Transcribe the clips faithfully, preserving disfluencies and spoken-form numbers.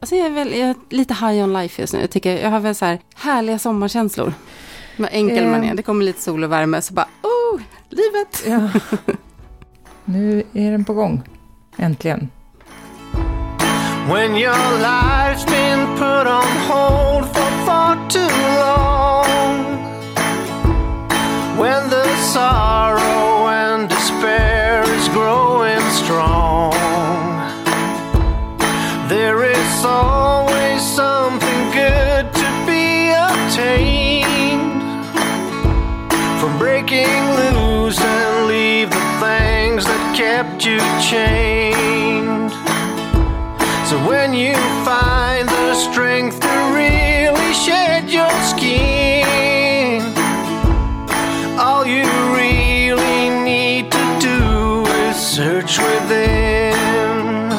Alltså jag är väl jag är lite high on life just nu. Jag tycker jag har väl så här härliga sommarkänslor. Vad enkel man är. Det kommer lite sol och värme så bara, oh, livet. Ja. Nu är den på gång. Äntligen. When your life's been put on hold for far too long, when the sorrow and despair is growing strong, there is always something good to be obtained from breaking loose and leave the things that kept you chained. So when you find the strength to really shed your skin, all you really need to do is search within.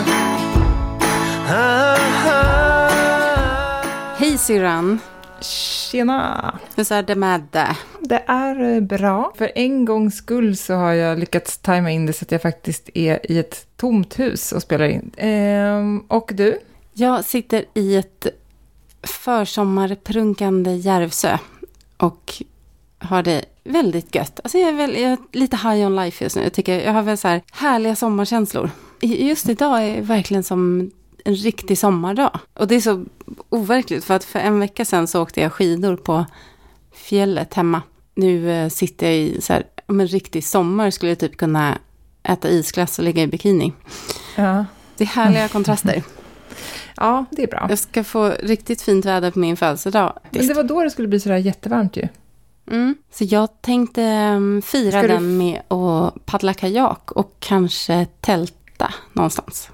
Ah-ha. Hej syrran. Tjena! Hur är det med det? Det är bra. För en gångs skull så har jag lyckats tajma in det så att jag faktiskt är i ett tomt hus och spelar in. Ehm, och du? Jag sitter i ett försommarprunkande Järvsö och har det väldigt gött. Alltså jag är väl jag är lite high on life just nu. Jag tycker jag har väl så här härliga sommarkänslor. Just idag är verkligen som en riktig sommardag. Och det är så overkligt för att för en vecka sedan så åkte jag skidor på fjället hemma. Nu eh, sitter jag i så här, om en riktig sommar skulle jag typ kunna äta isglass och ligga i bikini. Ja. Det är härliga kontraster. Ja, det är bra. Jag ska få riktigt fint väder på min födelsedag. Men det var då det skulle bli sådär jättevarmt ju. Mm. Så jag tänkte um, fira Ska den du... med att paddla kajak och kanske tälta någonstans.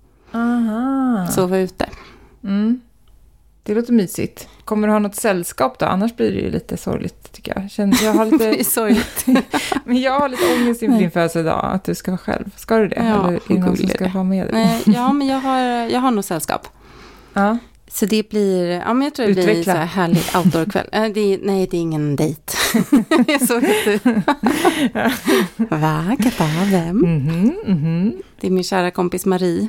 Aha. Sova ute. Mm. Det låter mysigt. Kommer du ha något sällskap då? Annars blir det ju lite sorgligt tycker jag. Känner, jag har lite... det är sorgligt. Men jag har lite ångest inför din födelsedag att du ska vara själv. Ska du det? Ja, eller är det någon som ska det. vara med dig? Nej, ja, men jag har, jag har nog sällskap. Ja. Så det blir, ja men jag tror det Utveckla. blir så här härlig outdoor-kväll. Äh, det, nej, det är ingen dejt. Jag såg inte. Va? Katta, vem? Mm-hmm, mm-hmm. Det är min kära kompis Marie.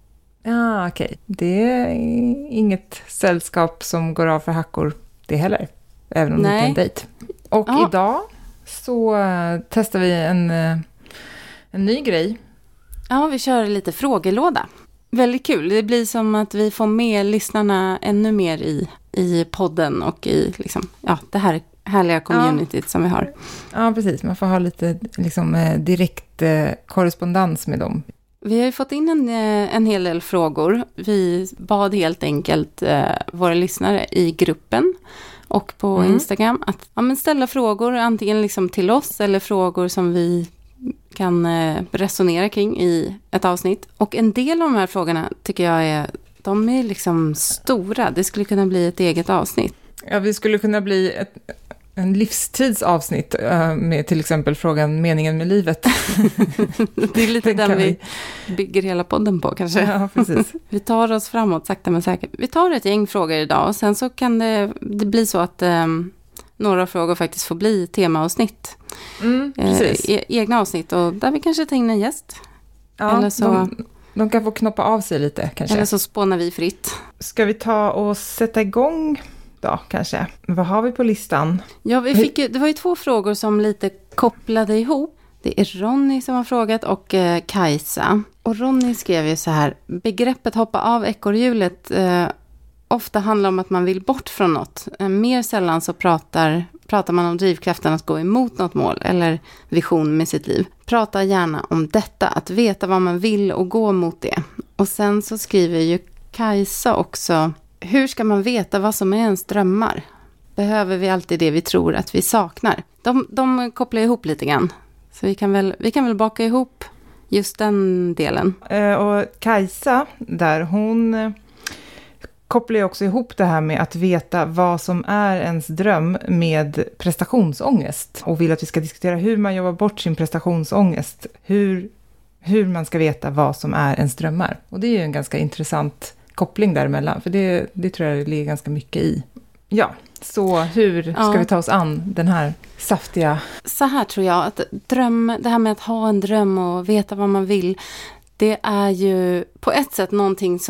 Ja, okej. Okay. Det är inget sällskap som går av för hackor det heller. Även om nej. Det är en dejt. Och ja. Idag så uh, testar vi en, uh, en ny grej. Ja, vi kör lite frågelåda. Väldigt kul. Det blir som att vi får med lyssnarna ännu mer i, i podden och i liksom, ja, det här härliga communityt ja. Som vi har. Ja, precis. Man får ha lite liksom, direkt eh, korrespondens med dem. Vi har ju fått in en, en hel del frågor. Vi bad helt enkelt eh, våra lyssnare i gruppen och på mm. Instagram att ja, men ställa frågor antingen liksom till oss eller frågor som vi kan eh, resonera kring i ett avsnitt. Och en del av de här frågorna tycker jag är, de är liksom stora. Det skulle kunna bli ett eget avsnitt. Ja, vi skulle kunna bli ett, en livstidsavsnitt uh, med till exempel frågan meningen med livet. Det är lite den vi bygger hela podden på kanske. Ja, precis. Vi tar oss framåt sakta men säkert. Vi tar ett gäng frågor idag och sen så kan det, det bli så att um, några frågor faktiskt får bli temaavsnitt. Mm, precis. Eh, egna avsnitt och där vi kanske tar in en gäst. Ja, eller så, de, de kan få knoppa av sig lite kanske. Eller så spånar vi fritt. Ska vi ta och sätta igång då kanske? Vad har vi på listan? Ja, vi fick ju, det var ju två frågor som lite kopplade ihop. Det är Ronny som har frågat och eh, Kajsa. Och Ronny skrev ju så här. Begreppet hoppa av ekorrhjulet eh, ofta handlar om att man vill bort från något. Eh, mer sällan så pratar, pratar man om drivkraften att gå emot något mål eller vision med sitt liv. Prata gärna om detta, att veta vad man vill och gå mot det. Och sen så skriver ju Kajsa också. Hur ska man veta vad som är ens drömmar? Behöver vi alltid det vi tror att vi saknar? De, de kopplar ihop lite grann. Så vi kan väl, vi kan väl baka ihop just den delen. Eh, och Kajsa där, hon eh, kopplar ju också ihop det här med att veta vad som är ens dröm med prestationsångest. Och vill att vi ska diskutera hur man jobbar bort sin prestationsångest. Hur, hur man ska veta vad som är ens drömmar. Och det är ju en ganska intressant koppling däremellan. För det, det tror jag det ligger ganska mycket i. Ja, så hur ska ja. vi ta oss an den här saftiga... Så här tror jag att dröm, det här med att ha en dröm och veta vad man vill, det är ju på ett sätt någonting som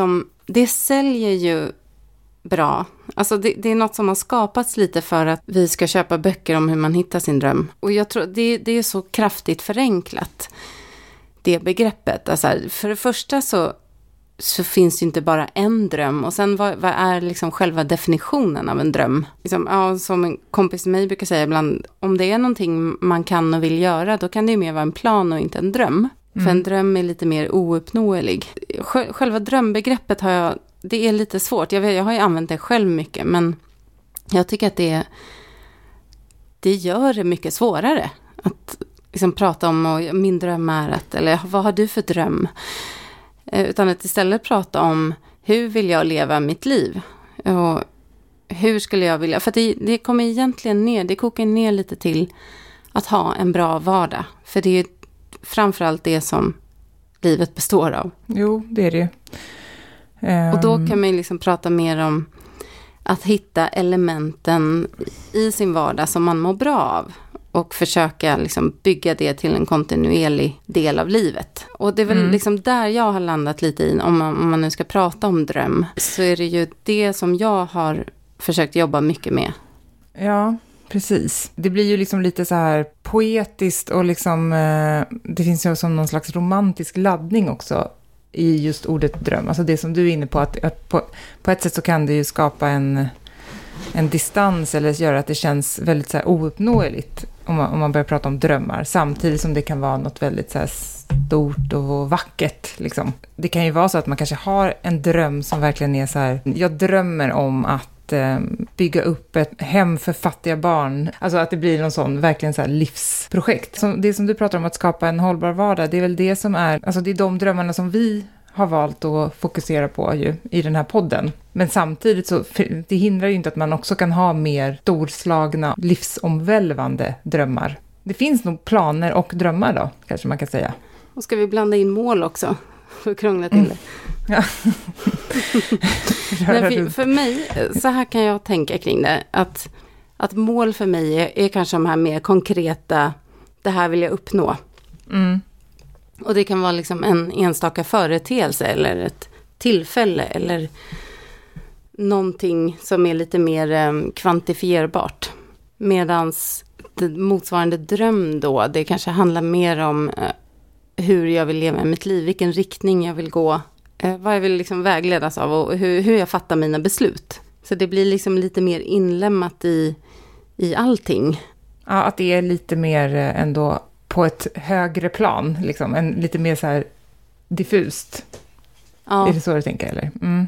det säljer ju bra. Alltså det, det är något som har skapats lite för att vi ska köpa böcker om hur man hittar sin dröm. Och jag tror det, det är så kraftigt förenklat, det begreppet. Alltså för det första så, så finns det inte bara en dröm. Och sen vad, vad är liksom själva definitionen av en dröm? Liksom, ja, som en kompis med mig brukar säga ibland, om det är någonting man kan och vill göra, då kan det ju mer vara en plan och inte en dröm. Mm. För en dröm är lite mer ouppnåelig. Själva drömbegreppet har jag, det är lite svårt. Jag, vet, jag har ju använt det själv mycket, men jag tycker att det, det gör det mycket svårare att liksom prata om och min dröm är att, eller vad har du för dröm? Utan att istället prata om hur vill jag leva mitt liv? Och hur skulle jag vilja? För det, det kommer egentligen ner, det kokar ner lite till att ha en bra vardag. För det är ju framförallt det som livet består av. Jo, det är det. Um... Och då kan man ju liksom prata mer om att hitta elementen i sin vardag som man mår bra av. Och försöka liksom bygga det till en kontinuerlig del av livet. Och det är väl mm. liksom där jag har landat lite i, om man, om man nu ska prata om dröm, så är det ju det som jag har försökt jobba mycket med. Ja, precis. Det blir ju liksom lite så här poetiskt och liksom, eh, det finns ju som någon slags romantisk laddning också i just ordet dröm. Alltså det som du är inne på, att, att på, på ett sätt så kan det ju skapa en, en distans eller göra att det känns väldigt så här ouppnåeligt om man, om man börjar prata om drömmar, samtidigt som det kan vara något väldigt så här stort och vackert liksom. Det kan ju vara så att man kanske har en dröm som verkligen är så här, jag drömmer om att eh, bygga upp ett hem för fattiga barn, alltså att det blir någon sån verkligen så här livsprojekt. Så det som du pratar om, att skapa en hållbar vardag, det är väl det som är, alltså det är de drömmarna som vi har valt att fokusera på ju, i den här podden. Men samtidigt så det hindrar ju inte att man också kan ha mer storslagna, livsomvälvande drömmar. Det finns nog planer och drömmar då, kanske man kan säga. Och ska vi blanda in mål också för att krångla till det? Mm. Ja. Men för, för mig, så här kan jag tänka kring det. Att, att mål för mig är, är kanske de här mer konkreta, det här vill jag uppnå. Mm. Och det kan vara liksom en enstaka företeelse eller ett tillfälle eller någonting som är lite mer eh, kvantifierbart. Medans det motsvarande dröm då, det kanske handlar mer om eh, hur jag vill leva mitt liv, vilken riktning jag vill gå, eh, vad jag vill liksom vägledas av och hur, hur jag fattar mina beslut. Så det blir liksom lite mer inlämnat i, i allting. Ja, att det är lite mer eh, ändå på ett högre plan, liksom, en lite mer så här diffust. Ja. Är det så du tänker, eller? Mm.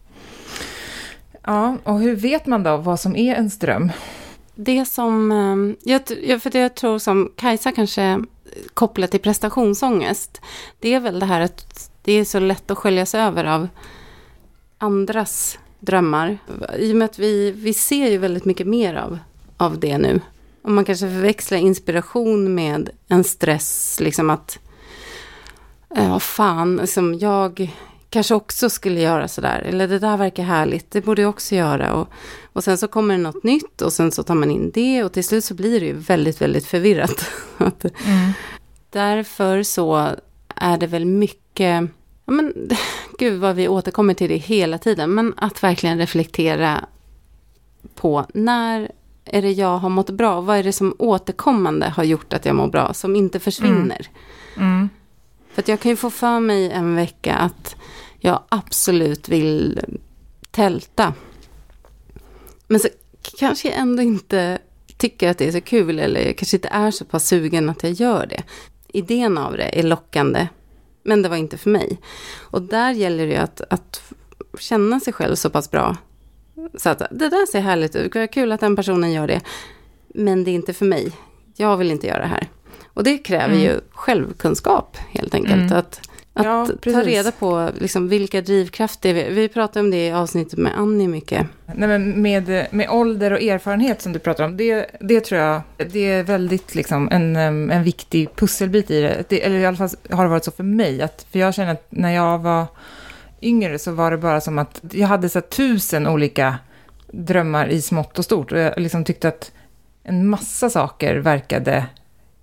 Ja, och hur vet man då vad som är ens dröm? Det som, jag, för det jag tror som Kajsa kanske kopplar till prestationsångest, det är väl det här att det är så lätt att sköljas över av andras drömmar. I och med att vi, vi ser ju väldigt mycket mer av, av det nu. Och man kanske förväxlar inspiration med en stress, liksom att ja fan, liksom jag kanske också skulle göra sådär, eller det där verkar härligt, det borde jag också göra, och, och sen så kommer det något nytt och sen så tar man in det och till slut så blir det ju väldigt, väldigt förvirrat. mm. Därför så är det väl mycket, ja men gud vad vi återkommer till det hela tiden, men att verkligen reflektera på när är det jag har mått bra? Vad är det som återkommande har gjort att jag mår bra? Som inte försvinner. Mm. Mm. För att jag kan ju få för mig en vecka att jag absolut vill tälta. Men så kanske jag ändå inte tycker att det är så kul. Eller jag kanske inte är så pass sugen att jag gör det. Idén av det är lockande. Men det var inte för mig. Och där gäller det ju att, att känna sig själv så pass bra. Så att det där ser härligt ut. Det är kul att den personen gör det. Men det är inte för mig. Jag vill inte göra det här. Och det kräver mm. ju självkunskap helt enkelt. Mm. Att, att ja, ta reda på liksom, vilka drivkrafter vi... Vi pratar om det i avsnittet med Annie mycket. Nej, men med, med ålder och erfarenhet som du pratar om. Det, det tror jag det är väldigt liksom, en, en viktig pusselbit i det. det. Eller i alla fall har det varit så för mig. Att, för jag känner att när jag var yngre så var det bara som att jag hade så tusen olika drömmar i smått och stort. Och jag liksom tyckte att en massa saker verkade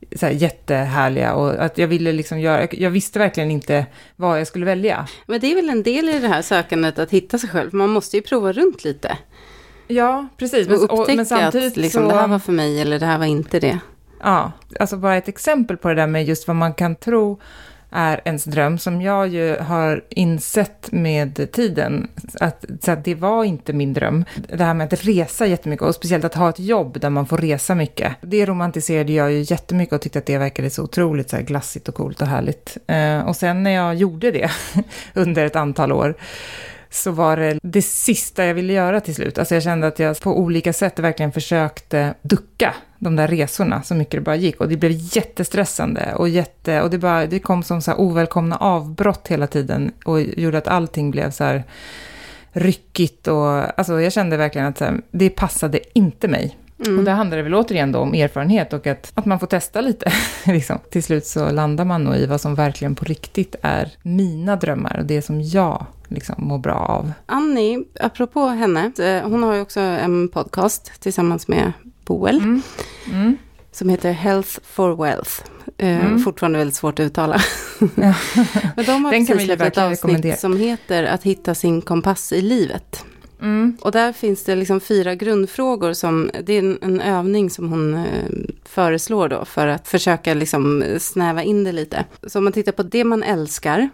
så här jättehärliga och att jag ville liksom göra, jag visste verkligen inte vad jag skulle välja. Men det är väl en del i det här sökandet att hitta sig själv. Man måste ju prova runt lite. Ja, precis. Och upptäcka och, men samtidigt att liksom, så, det här var för mig eller det här var inte det. Ja, alltså bara ett exempel på det där med just vad man kan tro är ens dröm, som jag ju har insett med tiden, att, så att det var inte min dröm. Det här med att resa jättemycket, och speciellt att ha ett jobb där man får resa mycket. Det romantiserade jag ju jättemycket och tyckte att det verkade så otroligt så här glassigt och coolt och härligt. Eh, och sen när jag gjorde det under ett antal år, så var det det sista jag ville göra till slut. Alltså jag kände att jag på olika sätt verkligen försökte ducka de där resorna så mycket det bara gick. Och det blev jättestressande och, jätte, och det, bara, det kom som så här ovälkomna avbrott hela tiden och gjorde att allting blev så här ryckigt. Och, alltså jag kände verkligen att så här, det passade inte mig. Mm. Och där handlar det väl återigen då om erfarenhet och att, att man får testa lite. liksom. Till slut så landar man nog i vad som verkligen på riktigt är mina drömmar och det som jag liksom mår bra av. Annie, apropå henne, hon har ju också en podcast tillsammans med Boel mm. Mm. som heter Health for Wealth. Mm. Fortfarande väldigt svårt att uttala. Ja. Men de har Den precis släppt ett avsnitt som heter Att hitta sin kompass i livet. Mm. Och där finns det liksom fyra grundfrågor som, det är en, en övning som hon eh, föreslår då för att försöka liksom snäva in det lite. Så om man tittar på det man älskar,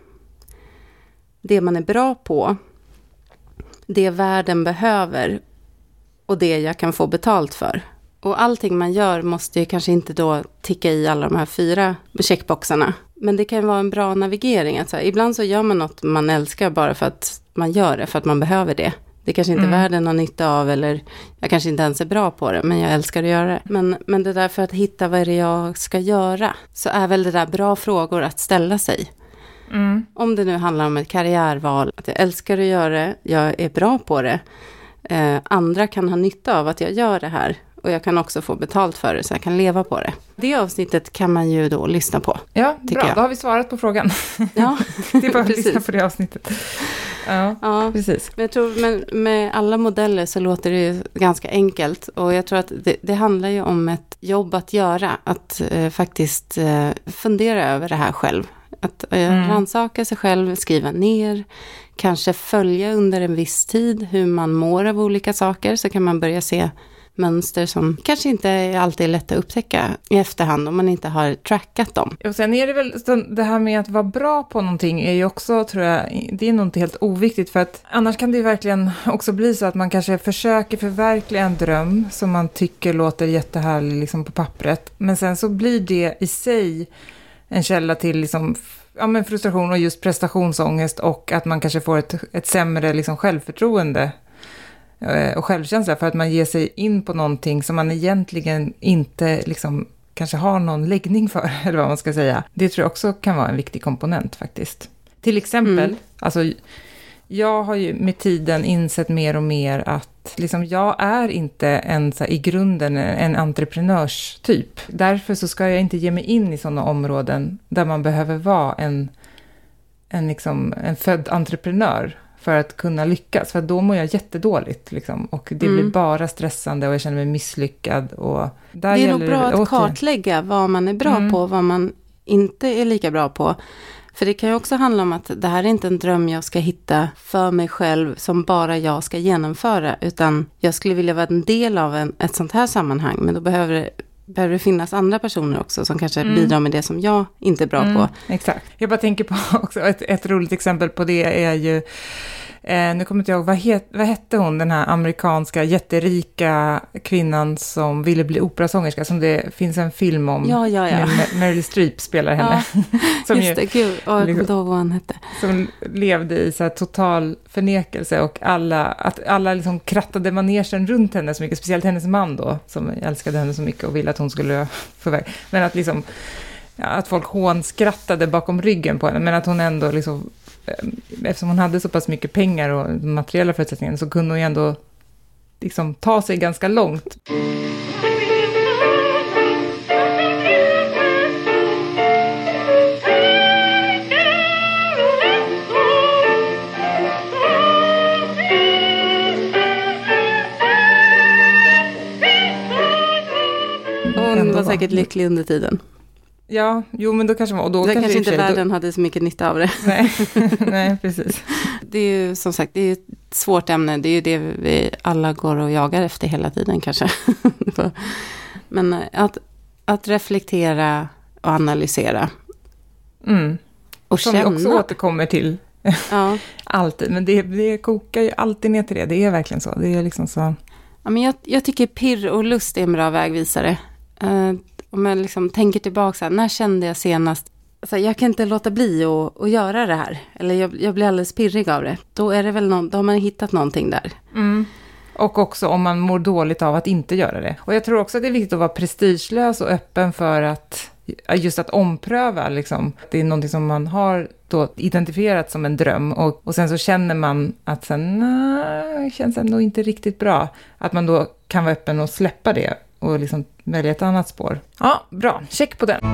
det man är bra på, det världen behöver och det jag kan få betalt för. Och allting man gör måste ju kanske inte då ticka i alla de här fyra checkboxarna. Men det kan vara en bra navigering. Att så här, ibland så gör man något man älskar bara för att man gör det, för att man behöver det. Det kanske inte mm. världen har nytta av, eller jag kanske inte ens är bra på det, men jag älskar att göra det. Men, men det där för att hitta vad det jag ska göra, så är väl det där bra frågor att ställa sig. Mm. Om det nu handlar om ett karriärval, att jag älskar att göra det, jag är bra på det. Eh, andra kan ha nytta av att jag gör det här. Och jag kan också få betalt för det så jag kan leva på det. Det avsnittet kan man ju då lyssna på. Ja, bra. Jag. Då har vi svarat på frågan. Ja, det är bara att lyssna på det avsnittet. Ja, ja, precis. Men jag tror med, med alla modeller så låter det ju ganska enkelt. Och jag tror att det, det handlar ju om ett jobb att göra. Att eh, faktiskt eh, fundera över det här själv. Att eh, mm. rannsaka sig själv, skriva ner. Kanske följa under en viss tid hur man mår av olika saker. Så kan man börja se mönster som kanske inte alltid är lätt att upptäcka i efterhand om man inte har trackat dem. Och sen är det väl det här med att vara bra på någonting är ju också, tror jag, det är nog inte helt oviktigt, för att annars kan det ju verkligen också bli så att man kanske försöker förverkliga en dröm som man tycker låter jättehärlig liksom på pappret, men sen så blir det i sig en källa till liksom, ja, men frustration och just prestationsångest, och att man kanske får ett, ett sämre liksom självförtroende och självkänsla för att man ger sig in på någonting som man egentligen inte liksom kanske har någon läggning för, eller vad man ska säga. Det tror jag också kan vara en viktig komponent faktiskt. Till exempel, mm. alltså jag har ju med tiden insett mer och mer att liksom jag är inte en, så här, i grunden en entreprenörstyp. Därför så ska jag inte ge mig in i sådana områden där man behöver vara en, en, liksom, en född entreprenör för att kunna lyckas. För då mår jag jättedåligt. Liksom. Och det mm. blir bara stressande och jag känner mig misslyckad. Och där det är nog bra att kartlägga vad man är bra mm. på, vad man inte är lika bra på. För det kan ju också handla om att det här är inte en dröm jag ska hitta för mig själv som bara jag ska genomföra. Utan jag skulle vilja vara en del av en, ett sånt här sammanhang. Men då behöver det, behöver det finnas andra personer också som kanske mm. bidrar med det som jag inte är bra mm, på. Exakt. Jag bara tänker på också ett, ett roligt exempel på det är ju, eh, nu kommer inte jag ihåg, vad, het, vad hette hon, den här amerikanska jätterika kvinnan som ville bli operasångerska, som det finns en film om. Ja, ja, ja. Med Meryl Streep spelar henne. Ja, som just det, gud, och jag kommer inte ihåg vad han hette. Som levde i så här total förnekelse, och alla, att alla liksom krattade manegen runt henne så mycket, speciellt hennes man då, som älskade henne så mycket och ville att hon skulle få väg. Men att liksom, ja, att folk hånskrattade bakom ryggen på henne, men att hon ändå liksom, eftersom hon hade så pass mycket pengar och materiella förutsättningar, så kunde hon ju ändå liksom ta sig ganska långt. Hon var säkert lycklig under tiden. Ja, jo men då kanske man... Och då det kanske, kanske inte sig, världen då... hade så mycket nytta av det. Nej, nej, precis. Det är ju som sagt, det är ett svårt ämne. Det är ju det vi alla går och jagar efter hela tiden kanske. Men att, att reflektera och analysera. Mm. Och som känna. vi också återkommer till. Ja. Alltid, men det, det kokar ju alltid ner till det. Det är verkligen så. Det är liksom så... Ja, men jag, jag tycker pirr och lust är en bra vägvisare. Uh, om jag liksom tänker tillbaka, så här, när kände jag senast, så här, jag kan inte låta bli att, att göra det här. Eller jag, jag blir alldeles pirrig av det. Då är det väl någon, då har man hittat någonting där. Mm. Och också om man mår dåligt av att inte göra det. Och jag tror också att det är viktigt att vara prestigelös och öppen för att just att ompröva. Liksom. Det är någonting som man har då identifierat som en dröm. Och, och sen så känner man att sen, nej, det känns ändå inte riktigt bra. Att man då kan vara öppen och släppa det. Och liksom välja ett annat spår. Ja, bra. Check på den.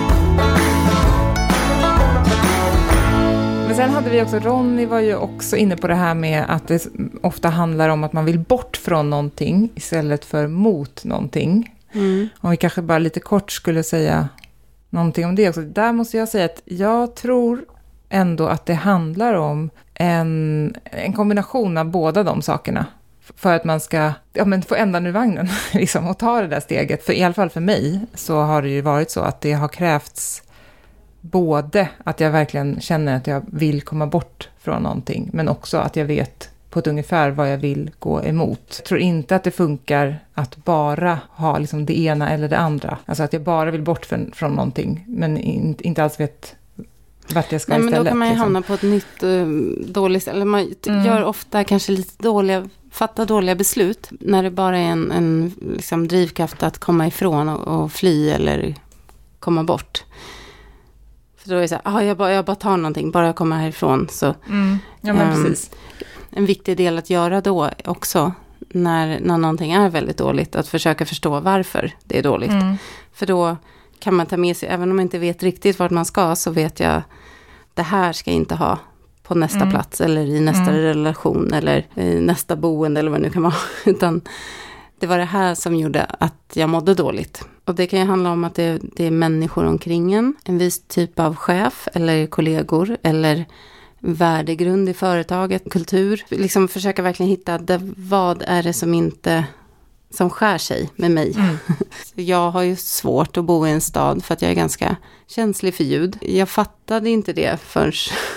Men sen hade vi också, Ronny var ju också inne på det här med att det ofta handlar om att man vill bort från någonting istället för mot någonting. Mm. Om vi kanske bara lite kort skulle säga någonting om det också. Där måste jag säga att jag tror ändå att det handlar om en, en kombination av båda de sakerna. För att man ska ja, men få ändan ur vagnen liksom, och ta det där steget. För i alla fall för mig så har det ju varit så att det har krävts både att jag verkligen känner att jag vill komma bort från någonting. Men också att jag vet på ett ungefär vad jag vill gå emot. Jag tror inte att det funkar att bara ha liksom det ena eller det andra. Alltså att jag bara vill bort från, från någonting. Men in, inte alls vet vart jag ska. Nej, istället. Men då kan man ju liksom. hamna på ett nytt uh, dåligt... Eller man mm. gör ofta kanske lite dåliga... Fattar dåliga beslut. När det bara är en, en liksom drivkraft att komma ifrån och, och fly eller komma bort. För då är det så här, ah, jag, bara, jag bara tar någonting, bara jag kommer härifrån. Så, mm. Ja, men um, precis. En viktig del att göra då också, när, när någonting är väldigt dåligt, att försöka förstå varför det är dåligt. Mm. För då kan man ta med sig, även om man inte vet riktigt vart man ska, så vet jag, det här ska jag inte ha på nästa mm. plats, eller i nästa mm. relation, eller i nästa boende, eller vad det nu kan vara. Utan det var det här som gjorde att jag mådde dåligt. Och det kan ju handla om att det, det är människor omkring en, en viss typ av chef, eller kollegor, eller värdegrund i företaget, kultur. Liksom försöka verkligen hitta det, vad är det som inte som skär sig med mig. Mm. Jag har ju svårt att bo i en stad för att jag är ganska känslig för ljud. Jag fattade inte det förrän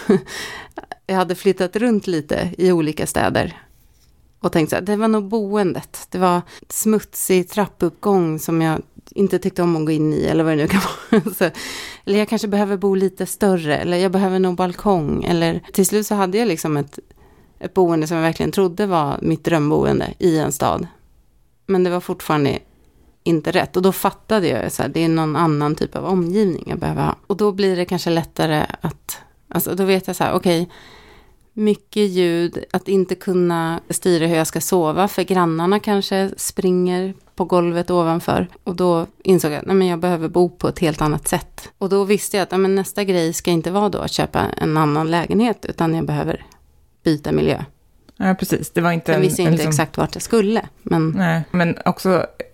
jag hade flyttat runt lite i olika städer. Och tänkte så här, det var nog boendet. Det var smutsig trappuppgång som jag inte tyckte om att gå in i, eller vad det nu kan vara. Så, eller jag kanske behöver bo lite större, eller jag behöver nog balkong. Eller till slut så hade jag liksom ett, ett boende som jag verkligen trodde var mitt drömboende i en stad. Men det var fortfarande inte rätt. Och då fattade jag så här, det är någon annan typ av omgivning jag behöver ha. Och då blir det kanske lättare att, alltså då vet jag så här, okej, okay, mycket ljud, att inte kunna styra hur jag ska sova, för grannarna kanske springer på golvet ovanför. Och då insåg jag att nej, men jag behöver bo på ett helt annat sätt. Och då visste jag att nej, men nästa grej ska inte vara då att köpa en annan lägenhet, utan jag behöver byta miljö. Ja, precis. Det var inte jag en, visste inte liksom, exakt vart jag skulle. Men, nej, men också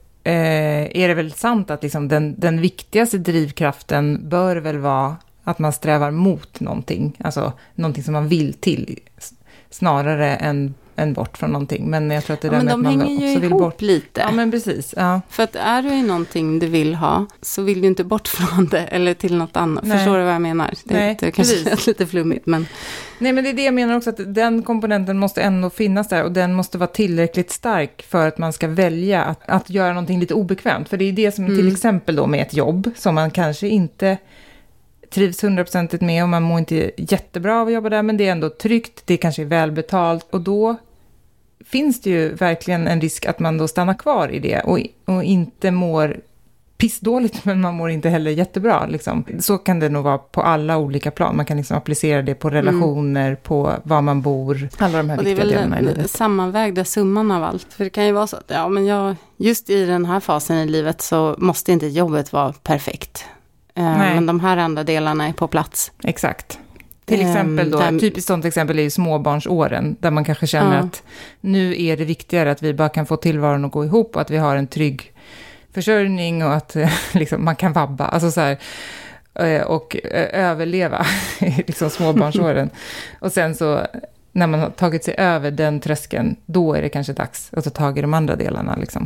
eh, är det väl sant att liksom den, den viktigaste drivkraften bör väl vara att man strävar mot någonting. Alltså någonting som man vill till. Snarare än, än bort från någonting. Men jag tror att det ja, där men med de att man hänger ju också vill ihop bort lite. Ja, men precis. Ja. För att är du i någonting du vill ha, så vill du inte bort från det eller till något annat. Nej. Förstår du vad jag menar? Det, Nej, det kanske är lite flummigt. Men... Nej, men det är det jag menar också, att den komponenten måste ändå finnas där, och den måste vara tillräckligt stark för att man ska välja att, att göra någonting lite obekvämt. För det är det som mm. till exempel då med ett jobb som man kanske inte trivs hundraprocentigt med, och man mår inte jättebra av att jobba där, men det är ändå tryggt, det kanske är välbetalt, och då finns det ju verkligen en risk att man då stannar kvar i det och, och inte mår pissdåligt, men man mår inte heller jättebra. Liksom. Så kan det nog vara på alla olika plan. Man kan liksom applicera det på relationer, mm. på var man bor, alla de här och viktiga delarna i livet. Det är väl sammanvägda summan av allt. För det kan ju vara så att ja, men jag, just i den här fasen i livet så måste inte jobbet vara perfekt. Nej. Men de här andra delarna är på plats. Exakt. Till exempel då, där... typiskt sånt exempel är ju småbarnsåren, där man kanske känner ja. att nu är det viktigare att vi bara kan få tillvaron att gå ihop, och att vi har en trygg försörjning och att liksom, man kan vabba. Alltså så här, och överleva liksom småbarnsåren. Och sen så, när man har tagit sig över den tröskeln, då är det kanske dags att ta tag i de andra delarna liksom.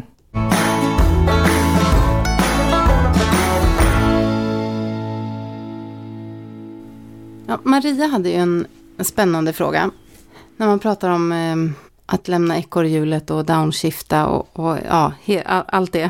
Ja, Maria hade ju en spännande fråga. När man pratar om eh, att lämna ekorrhjulet och downshifta och, och ja, he, all, allt det.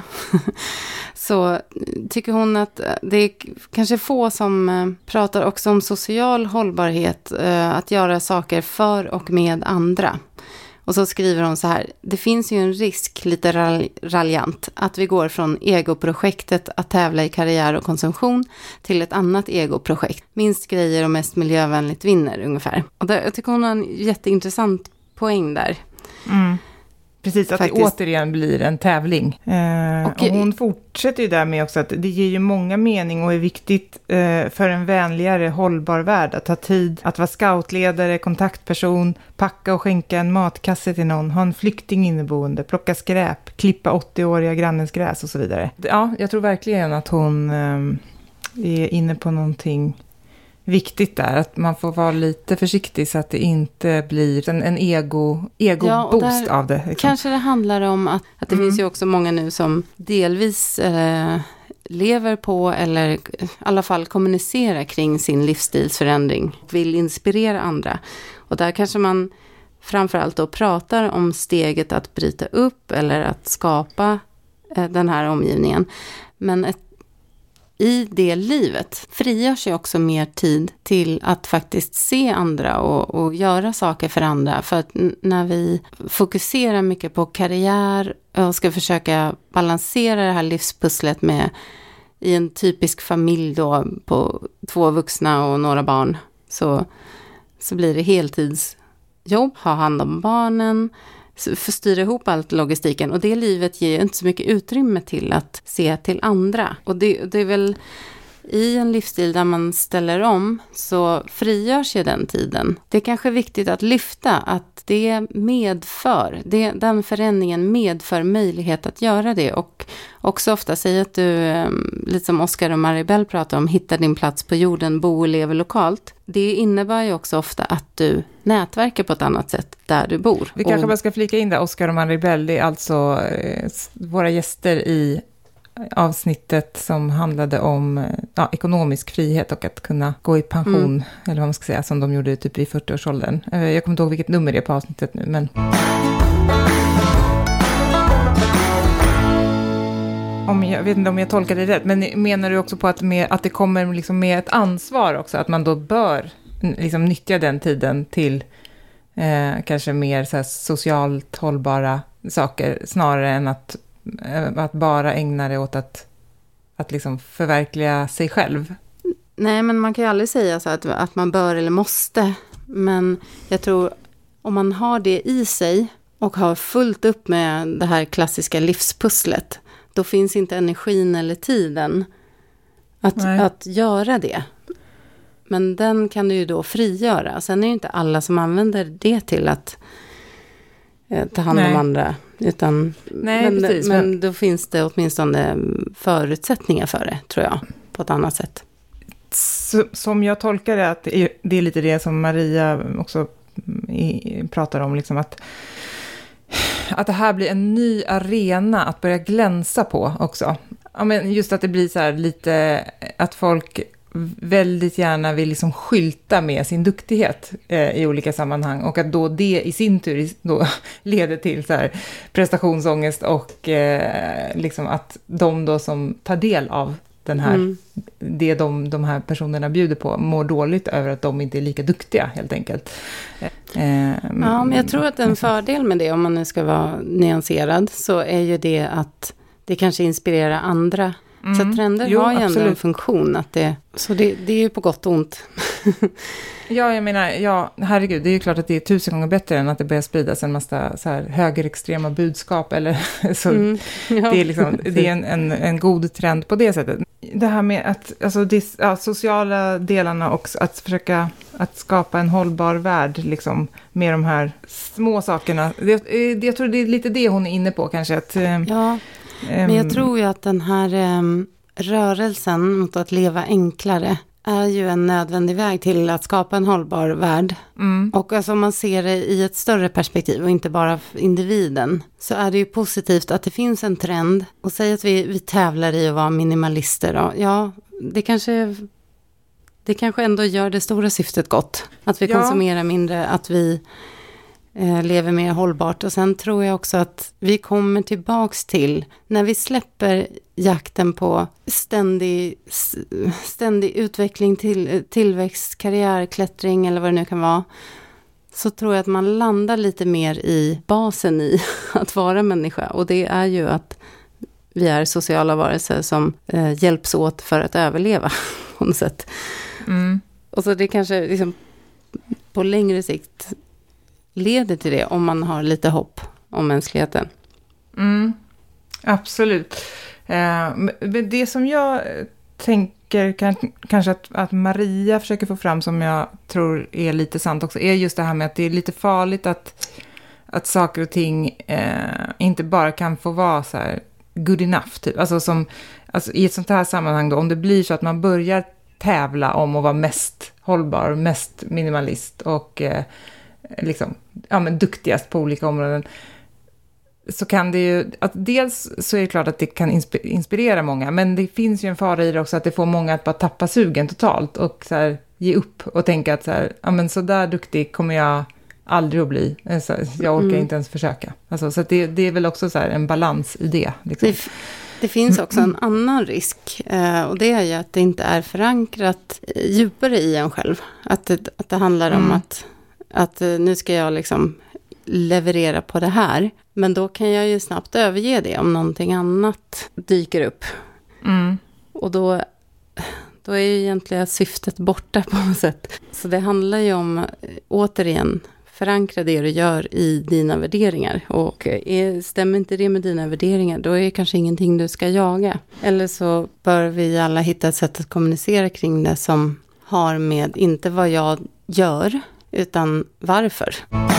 Så tycker hon att det är kanske få som eh, pratar också om social hållbarhet. Eh, att göra saker för och med andra. Och så skriver hon så här: det finns ju en risk, lite ralj- raljant, att vi går från egoprojektet att tävla i karriär och konsumtion till ett annat egoprojekt. Minst grejer och mest miljövänligt vinner ungefär. Och där, jag tycker hon har en jätteintressant poäng där. Mm. Precis, att Faktiskt. det återigen blir en tävling. Eh, och, och hon fortsätter ju där med också att det ger ju många mening och är viktigt eh, för en vänligare, hållbar värld att ta tid, att vara scoutledare, kontaktperson, packa och skänka en matkasse till någon, ha en flykting inneboende, plocka skräp, klippa åttio-åriga grannens gräs och så vidare. Ja, jag tror verkligen att hon eh, är inne på någonting viktigt där, att man får vara lite försiktig så att det inte blir en, en ego, ego-boost ja, av det. Liksom. Kanske det handlar om att, att det mm. finns ju också många nu som delvis eh, lever på eller i alla fall kommunicerar kring sin livsstilsförändring, vill inspirera andra. Och där kanske man framförallt då pratar om steget att bryta upp eller att skapa eh, den här omgivningen. Men ett i det livet frigörs ju också mer tid till att faktiskt se andra och, och göra saker för andra. För att n- när vi fokuserar mycket på karriär och ska försöka balansera det här livspusslet med i en typisk familj då på två vuxna och några barn, så, så blir det heltidsjobb, ha hand om barnen, förstyra ihop allt logistiken, och det livet ger inte så mycket utrymme till att se till andra. Och det, det är väl i en livsstil där man ställer om så frigörs ju den tiden. Det är kanske viktigt att lyfta att det medför, det, den förändringen medför möjlighet att göra det, och också ofta säga att du, lite som Oscar och Maribel pratar om, hitta din plats på jorden, bo och leva lokalt. Det innebär ju också ofta att du nätverkar på ett annat sätt där du bor. Vi kanske och, bara ska flika in där, Oscar och Maribel, det är alltså eh, våra gäster i avsnittet som handlade om ja, ekonomisk frihet och att kunna gå i pension, mm. eller vad man ska säga, som de gjorde typ i fyrtioårsåldern. Jag kommer inte ihåg vilket nummer det är på avsnittet nu, men... Om jag vet inte om jag tolkar det rätt, men menar du också på att, med, att det kommer liksom med ett ansvar också, att man då bör liksom nyttja den tiden till eh, kanske mer så här socialt hållbara saker, snarare än att att bara ägna det åt att, att liksom förverkliga sig själv? Nej, men man kan ju aldrig säga så att, att man bör eller måste. Men jag tror om man har det i sig och har fullt upp med det här klassiska livspusslet, då finns inte energin eller tiden att, att göra det. Men den kan du ju då frigöra. Sen är det inte alla som använder det till att eh, ta hand om Nej. andra. Utan, Nej, men, precis, men, men då finns det åtminstone förutsättningar för det, tror jag, på ett annat sätt. Som jag tolkar det, att det är, det är lite det som Maria också i, pratar om, liksom att, att det här blir en ny arena att börja glänsa på också. Ja, men just att det blir så här lite, att folk väldigt gärna vill liksom skylta med sin duktighet eh, i olika sammanhang, och att då det i sin tur då leder till så här prestationsångest och eh, liksom att de då som tar del av den här, mm. det de, de här personerna bjuder på mår dåligt över att de inte är lika duktiga helt enkelt. Eh, ja, men jag tror att en fördel med det, om man nu ska vara nyanserad, så är ju det att det kanske inspirerar andra. Mm. Så trender jo, har ju ändå en funktion. Att det, så det, det är ju på gott och ont. Ja, jag menar, ja, herregud, det är ju klart att det är tusen gånger bättre än att det börjar spridas en massa så här högerextrema budskap. Eller, så mm. ja. Det är, liksom, det är en, en, en god trend på det sättet. Det här med att, alltså, de ja, sociala delarna också, att försöka att skapa en hållbar värld liksom, med de här små sakerna. Det, det, jag tror det är lite det hon är inne på kanske. Att, ja. Men jag tror ju att den här um, rörelsen mot att leva enklare är ju en nödvändig väg till att skapa en hållbar värld. Mm. Och alltså om man ser det i ett större perspektiv och inte bara för individen, så är det ju positivt att det finns en trend. Och säg att vi, vi tävlar i att vara minimalister. Då. Ja, det kanske, det kanske ändå gör det stora syftet gott. Att vi Ja. konsumerar mindre, att vi eh, lever mer hållbart. Och sen tror jag också att vi kommer tillbaks till, när vi släpper jakten på ständig, ständig utveckling, till, tillväxt, karriär, klättring eller vad det nu kan vara, så tror jag att man landar lite mer i basen i att vara människa. Och det är ju att vi är sociala varelser som eh, hjälps åt för att överleva på något sätt. Mm. Och så det kanske liksom på längre sikt leder till det om man har lite hopp om mänskligheten. Mm. Absolut. Eh, men det som jag tänker kan, kanske att, att Maria försöker få fram, som jag tror är lite sant också, är just det här med att det är lite farligt att, att saker och ting eh, inte bara kan få vara så här good enough typ. Alltså, som, alltså i ett sånt här sammanhang då, om det blir så att man börjar tävla om att vara mest hållbar, mest minimalist och eh, liksom, ja, men duktigast på olika områden, så kan det ju, att dels så är det klart att det kan inspirera många, men det finns ju en fara i det också, att det får många att bara tappa sugen totalt och så här, ge upp och tänka att så här, ja men så där duktig kommer jag aldrig att bli, så här, jag orkar mm. inte ens försöka. Alltså, så att det, det är väl också så här en balans i det. Liksom. Det, det finns också en annan risk, och det är ju att det inte är förankrat djupare i en själv. Att det, att det handlar om mm. att, att nu ska jag liksom leverera på det här. Men då kan jag ju snabbt överge det om någonting annat dyker upp. Mm. Och då, då är ju egentligen syftet borta på något sätt. Så det handlar ju om, återigen, förankra det du gör i dina värderingar. Och är, stämmer inte det med dina värderingar, då är det kanske ingenting du ska jaga. Eller så bör vi alla hitta ett sätt att kommunicera kring det som har med inte vad jag gör, utan varför.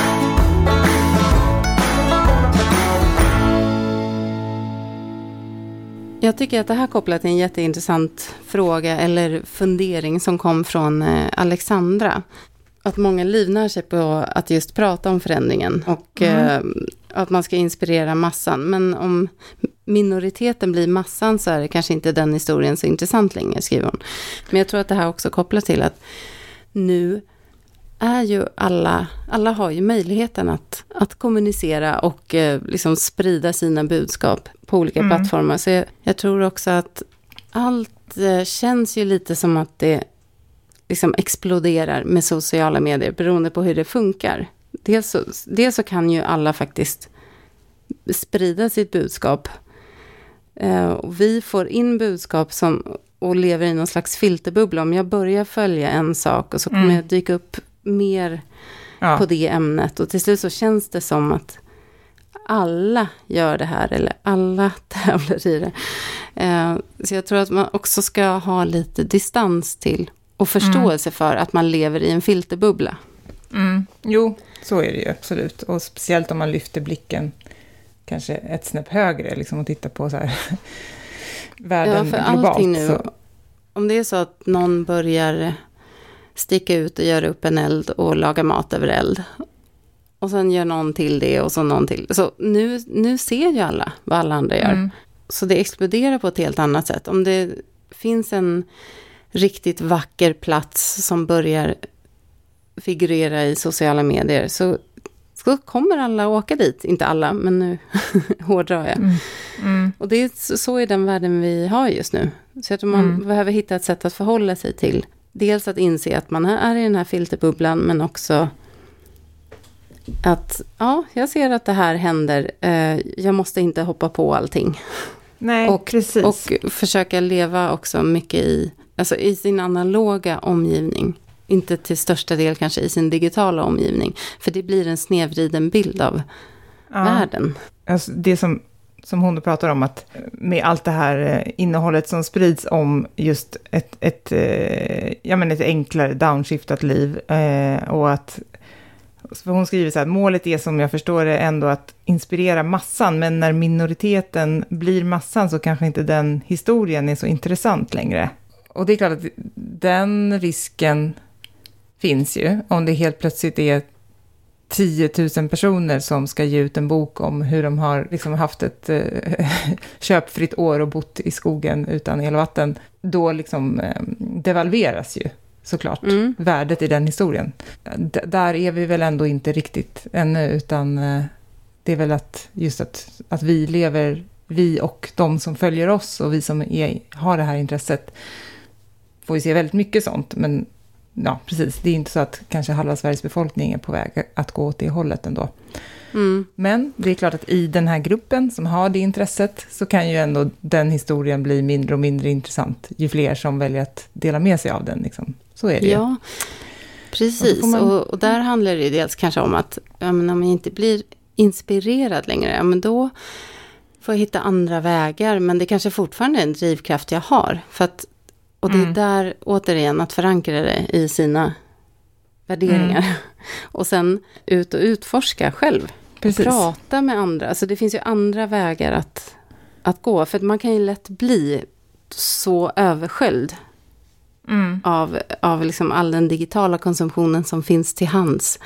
Jag tycker att det här kopplat till en jätteintressant fråga eller fundering som kom från Alexandra. Att många livnär sig på att just prata om förändringen och mm. eh, att man ska inspirera massan. Men om minoriteten blir massan så är det kanske inte den historien så intressant längre, skriver hon. Men jag tror att det här också kopplar till att nu är ju alla, alla har ju möjligheten att, att kommunicera och eh, liksom sprida sina budskap på olika mm. plattformar. Så jag, jag tror också att allt eh, känns ju lite som att det liksom exploderar med sociala medier beroende på hur det funkar. Dels så, dels så kan ju alla faktiskt sprida sitt budskap. Eh, och vi får in budskap som, och lever i någon slags filterbubbla. Om jag börjar följa en sak och så kommer mm. jag dyka upp mer ja. på det ämnet. Och till slut så känns det som att alla gör det här eller alla tävlar i det. Eh, så jag tror att man också ska ha lite distans till och förståelse mm. för att man lever i en filterbubbla. Mm. Jo, så är det ju absolut. Och speciellt om man lyfter blicken kanske ett snäpp högre liksom, och tittar på så här världen ja, för globalt. Nu, så. Om det är så att någon börjar sticka ut och göra upp en eld och laga mat över eld. Och sen gör någon till det och så någon till. Så nu, nu ser ju alla vad alla andra gör. Mm. Så det exploderar på ett helt annat sätt. Om det finns en riktigt vacker plats som börjar figurera i sociala medier så, så kommer alla åka dit. Inte alla, men nu hårdrar jag. Mm. Mm. Och det är, så är den världen vi har just nu. Så jag tror man mm. behöver hitta ett sätt att förhålla sig till. Dels att inse att man är i den här filterbubblan, men också att ja, jag ser att det här händer. Jag måste inte hoppa på allting. Nej, och, precis. Och försöka leva också mycket i, alltså i sin analoga omgivning. Inte till största del kanske i sin digitala omgivning. För det blir en snedvriden bild av ja. världen. Alltså det som, som hon pratar om, att med allt det här innehållet som sprids om just ett, ett, ja, men ett enklare downshiftat liv. Eh, och att För hon skriver så här, målet är som jag förstår det ändå att inspirera massan, men när minoriteten blir massan så kanske inte den historien är så intressant längre. Och det är klart att den risken finns ju, om det helt plötsligt är tio tusen personer som ska ge ut en bok om hur de har liksom haft ett eh, köpfritt år och bott i skogen utan el och vatten. Då liksom eh, devalveras ju såklart mm. värdet i den historien. D- där är vi väl ändå inte riktigt ännu, utan eh, det är väl att just att, att vi lever, vi och de som följer oss och vi som är, har det här intresset får vi se väldigt mycket sånt, men ja, precis. Det är inte så att kanske halva Sveriges befolkning är på väg att gå åt det hållet ändå. Mm. Men det är klart att i den här gruppen som har det intresset så kan ju ändå den historien bli mindre och mindre intressant ju fler som väljer att dela med sig av den. Liksom. Så är det ja, ju. Precis. Och, man... och, och där handlar det dels kanske om att ja, men om jag inte blir inspirerad längre, ja, men då får jag hitta andra vägar. Men det kanske fortfarande är en drivkraft jag har. För att Och det är mm. där, återigen, att förankra det i sina värderingar. Mm. Och sen ut och utforska själv. Precis. Prata med andra. Alltså det finns ju andra vägar att, att gå. För man kan ju lätt bli så översköljd mm. av, av liksom all den digitala konsumtionen som finns till hands.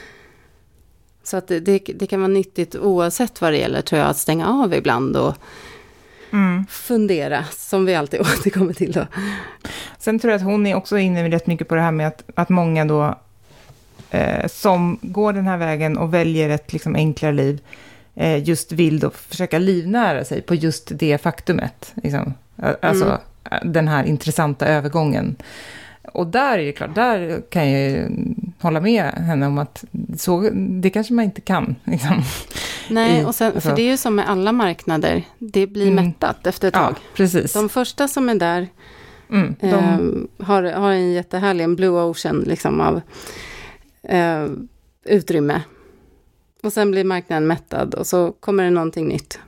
Så att det, det, det kan vara nyttigt oavsett vad det gäller, tror jag, att stänga av ibland och Mm. fundera, som vi alltid återkommer till då. Sen tror jag att hon är också inne rätt mycket på det här med att, att många då eh, som går den här vägen och väljer ett liksom enklare liv eh, just vill då försöka livnära sig på just det faktumet. Liksom. Alltså mm. den här intressanta övergången. Och där är det klart, där kan jag ju hålla med henne om att så, det kanske man inte kan. Liksom. Nej, och sen, för det är ju som med alla marknader. Det blir mm. mättat efter ett tag. Ja, precis. De första som är där mm, de... eh, har, har en jättehärlig, en blue ocean liksom, av eh, utrymme. Och sen blir marknaden mättad och så kommer det någonting nytt.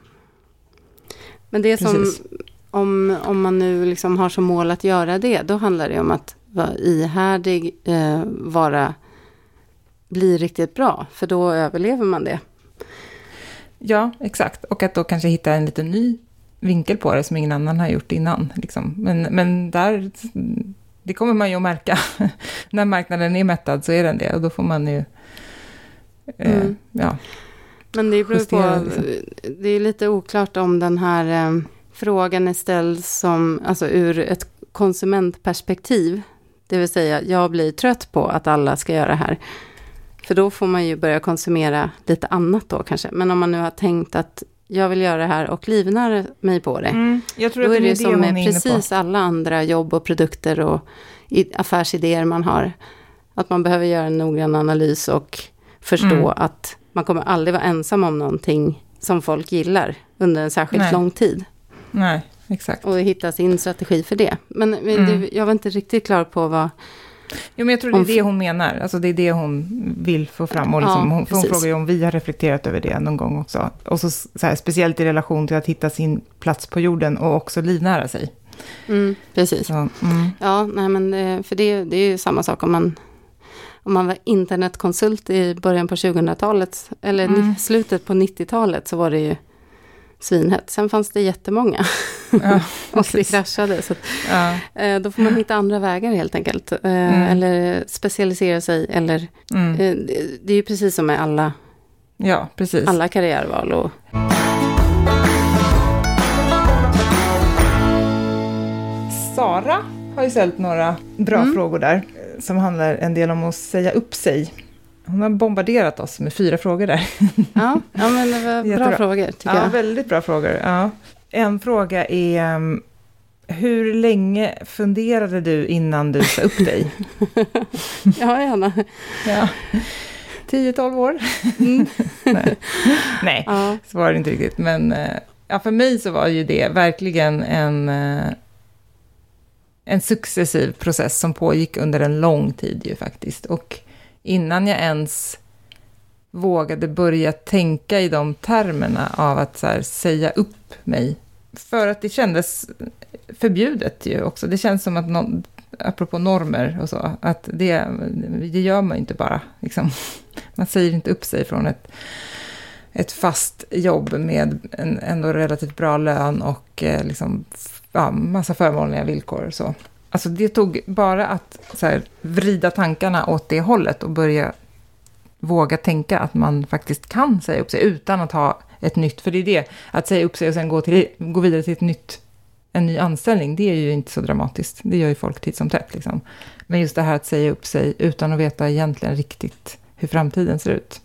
Men det är som, om, om man nu liksom har som mål att göra det, då handlar det om att vara ihärdig, eh, vara, bli riktigt bra. För då överlever man det. Ja, exakt. Och att då kanske hitta en liten ny vinkel på det som ingen annan har gjort innan. Liksom. Men, men där, det kommer man ju att märka. När marknaden är mättad så är den det. Och då får man ju, eh, mm. ja. Men det beror på, liksom. Det är lite oklart om den här eh, frågan är ställd som, alltså ur ett konsumentperspektiv. Det vill säga, jag blir trött på att alla ska göra det här. För då får man ju börja konsumera lite annat då kanske. Men om man nu har tänkt att jag vill göra det här och livnära mig på det. Mm, jag tror då att är det, det som med precis alla andra jobb och produkter och affärsidéer man har. Att man behöver göra en noggrann analys och förstå mm. att man kommer aldrig vara ensam om någonting som folk gillar under en särskilt Nej. lång tid. Nej, exakt. Och hitta sin strategi för det. Men mm. det, jag var inte riktigt klar på vad... Jo, men jag tror det är det hon menar. Alltså det är det hon vill få fram. Och liksom, ja, hon, hon frågar ju om vi har reflekterat över det någon gång också. Och så, så här, speciellt i relation till att hitta sin plats på jorden och också livnära sig. Mm, precis. Så, mm. Ja, nej, men för det, det är ju samma sak om man, om man var internetkonsult i början på tjugohundratalet eller mm. slutet på nittiotalet så var det ju svinhett. Sen fanns det jättemånga. Ja, och det kraschade. Så att, ja. eh, då får man hitta andra vägar helt enkelt. Eh, mm. Eller specialisera sig. Eller, mm. eh, det är ju precis som med alla, ja, precis. alla karriärval. Och... Sara har ju ställt några bra mm. frågor där. Som handlar en del om att säga upp sig. Hon har bombarderat oss med fyra frågor där. Ja, ja men det var bra frågor tycker ja, jag. Ja, väldigt bra frågor. Ja. En fråga är, um, hur länge funderade du innan du sa upp dig? Ja, gärna. Ja. tio tolv år? Mm. Nej, Nej ja. Så var det inte riktigt. Men uh, ja, för mig så var ju det verkligen en, uh, en successiv process som pågick under en lång tid ju faktiskt. Och innan jag ens vågade börja tänka i de termerna av att så här, säga upp mig. För att det kändes förbjudet ju också. Det känns som att någon, apropå normer och så, att det, det gör man inte bara. Liksom. Man säger inte upp sig från ett, ett fast jobb med en ändå relativt bra lön och eh, liksom, ja, massa förmånliga villkor. Så. Alltså det tog bara att så här, vrida tankarna åt det hållet och börja våga tänka att man faktiskt kan säga upp sig utan att ha ett nytt, för det är det, att säga upp sig och sen gå, till, gå vidare till ett nytt, en ny anställning, det är ju inte så dramatiskt. Det gör ju folk titt som tätt liksom. Men just det här att säga upp sig utan att veta egentligen riktigt hur framtiden ser ut.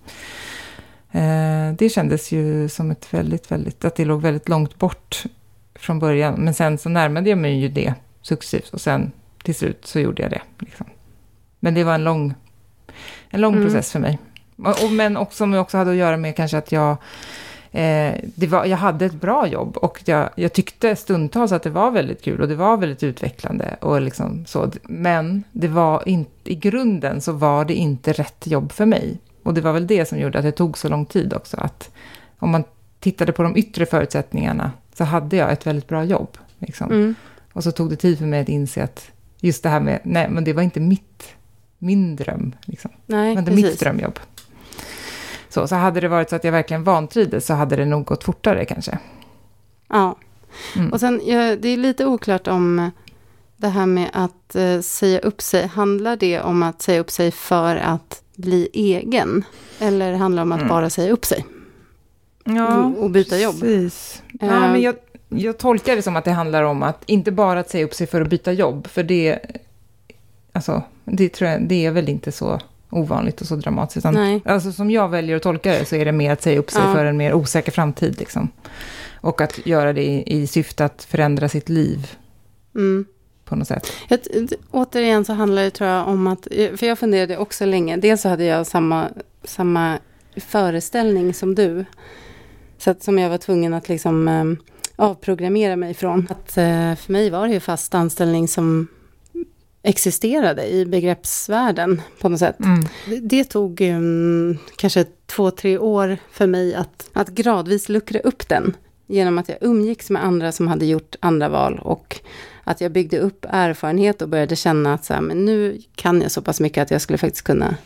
Eh, det kändes ju som ett väldigt, väldigt, att det låg väldigt långt bort från början. Men sen så närmade jag mig ju det successivt och sen till slut så gjorde jag det. Liksom. Men det var en lång, en lång mm. process för mig. Och, men också, som också hade att göra med kanske att jag Eh, det var, jag hade ett bra jobb och jag, jag tyckte stundtals att det var väldigt kul och det var väldigt utvecklande och liksom så, men det var inte, i grunden så var det inte rätt jobb för mig, och det var väl det som gjorde att det tog så lång tid också, att om man tittade på de yttre förutsättningarna så hade jag ett väldigt bra jobb liksom. Mm. Och så tog det tid för mig att inse att just det här med, nej men det var inte mitt, min dröm liksom. Nej, det var inte precis. Mitt drömjobb. Så, så hade det varit så att jag verkligen vantrivdes så hade det nog gått fortare kanske. Ja. Mm. Och sen, ja, det är lite oklart om det här med att eh, säga upp sig. Handlar det om att säga upp sig för att bli egen? Eller handlar det om att mm. bara säga upp sig? Ja, och byta jobb? Precis. Ja, uh, men jag, jag tolkar det som att det handlar om att inte bara att säga upp sig för att byta jobb. För det, alltså, det, tror jag, det är väl inte så ovanligt och så dramatiskt. Utan, alltså, som jag väljer att tolka det så är det mer att säga upp sig ja. för en mer osäker framtid. Liksom. Och att göra det i, i syfte att förändra sitt liv mm. på något sätt. Jag, återigen så handlar det, tror jag, om att, för jag funderade också länge. Dels så hade jag samma, samma föreställning som du. Så att, som jag var tvungen att liksom eh, avprogrammera mig från. Att, eh, för mig var det ju fast anställning som existerade i begreppsvärlden på något sätt. Mm. Det, det tog um, kanske två, tre år för mig att, att gradvis luckra upp den. Genom att jag umgicks med andra som hade gjort andra val. Och att jag byggde upp erfarenhet och började känna att så här, men nu kan jag så pass mycket att jag skulle faktiskt kunna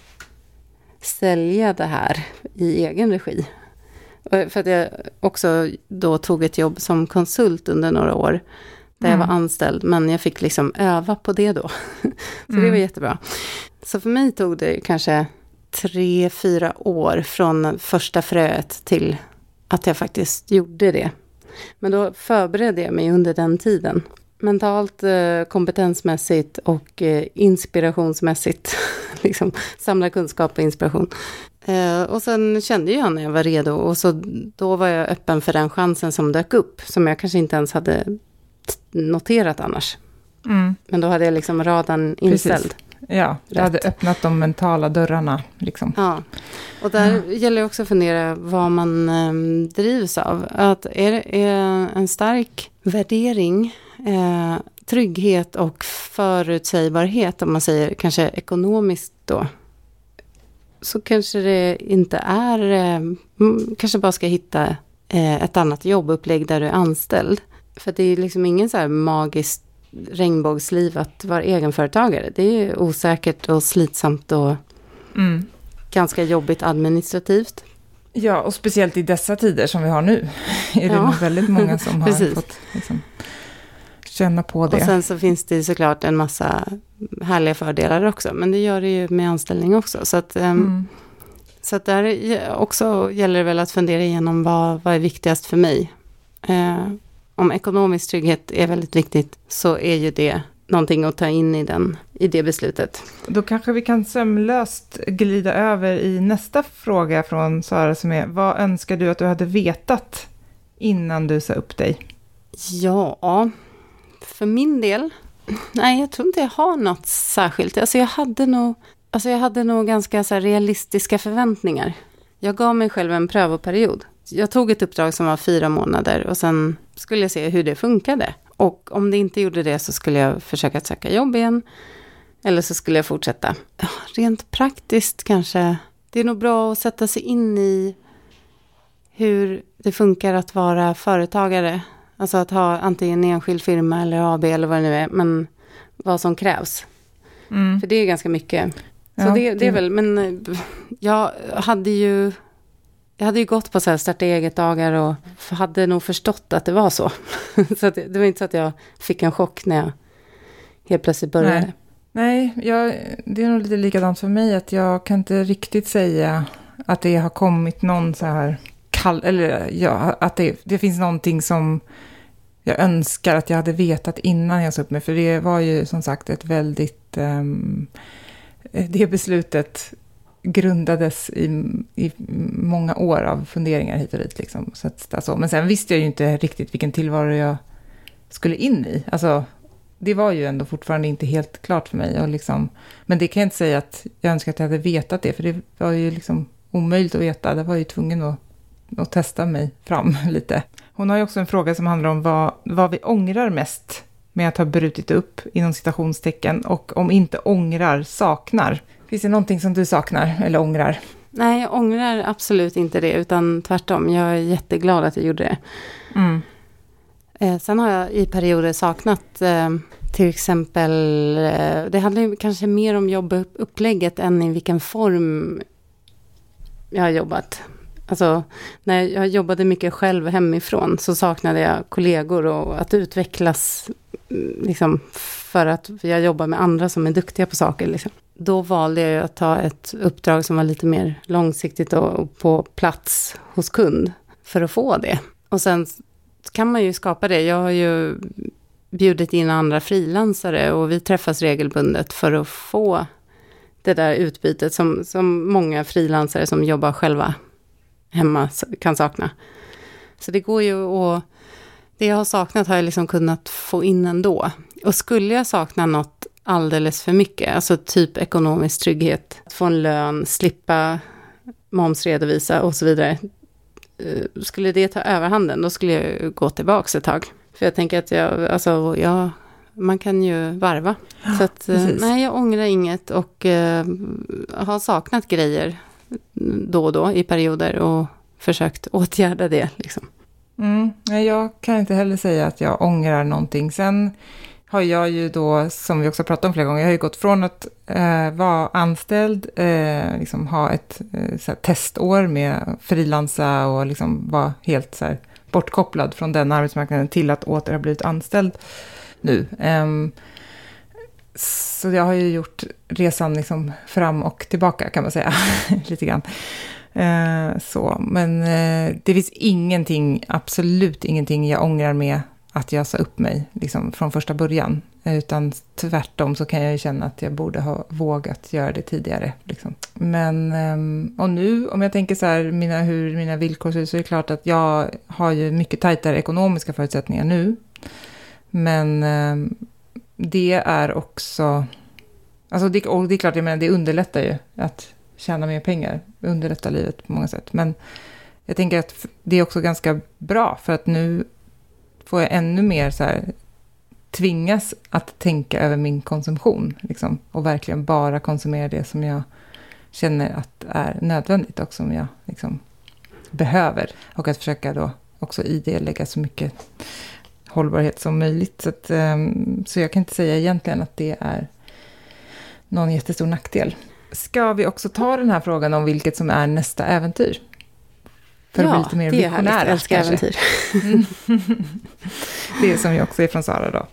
sälja det här i egen regi. För att jag också då tog ett jobb som konsult under några år. Där mm. jag var anställd. Men jag fick liksom öva på det då. Så mm. det var jättebra. Så för mig tog det kanske tre, fyra år från första fröet till att jag faktiskt gjorde det. Men då förberedde jag mig under den tiden. Mentalt, kompetensmässigt och inspirationsmässigt. liksom samla kunskap och inspiration. Och sen kände jag när jag var redo. Och så då var jag öppen för den chansen som dök upp. Som jag kanske inte ens hade noterat annars. Mm. Men då hade jag liksom radarn inställd. Precis. Ja, det hade öppnat de mentala dörrarna. Liksom. Ja, och där mm. gäller det också att fundera vad man eh, drivs av. Att är det är en stark värdering, eh, trygghet och förutsägbarhet, om man säger kanske ekonomiskt då, så kanske det inte är, eh, kanske bara ska hitta eh, ett annat jobbupplägg där du är anställd. För det är liksom ingen så här magiskt regnbågsliv att vara egenföretagare. Det är osäkert och slitsamt och mm. ganska jobbigt administrativt. Ja, och speciellt i dessa tider som vi har nu är det ja. nog väldigt många som har fått liksom, känna på det. Och sen så finns det såklart en massa härliga fördelar också. Men det gör det ju med anställning också. Så att, mm. så att där också gäller det väl att fundera igenom vad, vad är viktigast för mig. Eh, Om ekonomisk trygghet är väldigt viktigt så är ju det någonting att ta in i, den, i det beslutet. Då kanske vi kan sömlöst glida över i nästa fråga från Sara som är: vad önskar du att du hade vetat innan du sa upp dig? Ja, för min del, nej jag tror inte jag har något särskilt. Alltså jag hade nog, alltså jag hade nog ganska så här realistiska förväntningar. Jag gav mig själv en prövoperiod. Jag tog ett uppdrag som var fyra månader och sen skulle jag se hur det funkade. Och om det inte gjorde det så skulle jag försöka söka jobb igen. Eller så skulle jag fortsätta. Rent praktiskt kanske. Det är nog bra att sätta sig in i hur det funkar att vara företagare. Alltså att ha antingen en enskild firma eller A B eller vad det nu är. Men vad som krävs. Mm. För det är ganska mycket. Så Ja, det, det det- är väl, men jag hade ju, jag hade ju gått på så här starta eget-dagar och hade nog förstått att det var så. Så att det, det var inte så att jag fick en chock när jag helt plötsligt började. Nej. Nej, jag, det är nog lite likadant för mig att jag kan inte riktigt säga att det har kommit någon så här kall, eller ja, att det, det finns någonting som jag önskar att jag hade vetat innan jag sa upp mig, för det var ju som sagt ett väldigt, um, det beslutet grundades i, i många år av funderingar hit och dit liksom. Så att, alltså, men sen visste jag ju inte riktigt vilken tillvaro jag skulle in i, alltså det var ju ändå fortfarande inte helt klart för mig. Och liksom, men det kan jag inte säga att jag önskar att jag hade vetat det. För det var ju liksom omöjligt att veta. Det var ju tvungen att, att testa mig fram lite. Hon har ju också en fråga som handlar om vad, vad vi ångrar mest med att ha brutit upp inom citationstecken. Och om inte ångrar, saknar. Finns det någonting som du saknar eller ångrar? Nej, jag ångrar absolut inte det, utan tvärtom. Jag är jätteglad att jag gjorde det. Mm. Eh, sen har jag i perioder saknat eh, till exempel, eh, det handlar ju kanske mer om jobbupplägget än i vilken form jag har jobbat. Alltså när jag jobbade mycket själv hemifrån så saknade jag kollegor och att utvecklas liksom, för att jag jobbar med andra som är duktiga på saker. Liksom. Då valde jag att ta ett uppdrag som var lite mer långsiktigt och på plats hos kund för att få det. Och sen kan man ju skapa det. Jag har ju bjudit in andra frilansare och vi träffas regelbundet för att få det där utbytet som, som många frilansare som jobbar själva hemma kan sakna. Så det går ju att, det jag har saknat har jag liksom kunnat få in ändå. Och skulle jag sakna något alldeles för mycket, alltså typ ekonomisk trygghet, få en lön, slippa momsredovisa och så vidare. Skulle det ta överhanden, då skulle jag gå tillbaka ett tag. För jag tänker att jag, alltså, jag, man kan ju varva. Ja, så att, precis. nej, jag ångrar inget och uh, har saknat grejer då och då i perioder och försökt åtgärda det. Liksom. Mm, nej, jag kan inte heller säga att jag ångrar någonting. Sen har jag ju då, som vi också pratat om flera gånger, jag har ju gått från att eh, vara anställd, eh, liksom ha ett eh, så här, testår med frilansa och liksom vara helt så här, bortkopplad från den arbetsmarknaden till att åter ha blivit anställd nu. Um, så jag har ju gjort resan liksom fram och tillbaka kan man säga, lite grann. Uh, så, men uh, det finns ingenting, absolut ingenting jag ångrar med att jag sa upp mig liksom, från första början. Utan tvärtom så kan jag ju känna att jag borde ha vågat göra det tidigare. Liksom. Men, um, och nu om jag tänker så här, mina, hur mina villkor ser ut, så är det klart att jag har ju mycket tajtare ekonomiska förutsättningar nu. Men um, det är också, alltså det, och det är klart, jag menar, det underlättar ju att tjäna mer pengar. Underlättar livet på många sätt. Men jag tänker att det är också ganska bra, för att nu får jag ännu mer så här, tvingas att tänka över min konsumtion. Liksom, och verkligen bara konsumera det som jag känner att är nödvändigt och som jag liksom, behöver. Och att försöka då också i det lägga så mycket hållbarhet som möjligt. Så, att, um, så jag kan inte säga egentligen att det är någon jättestor nackdel. Ska vi också ta den här frågan om vilket som är nästa äventyr? För ja, att bli lite mer det är härligt. Jag älskar äventyr. Det är som jag också är från Sara då.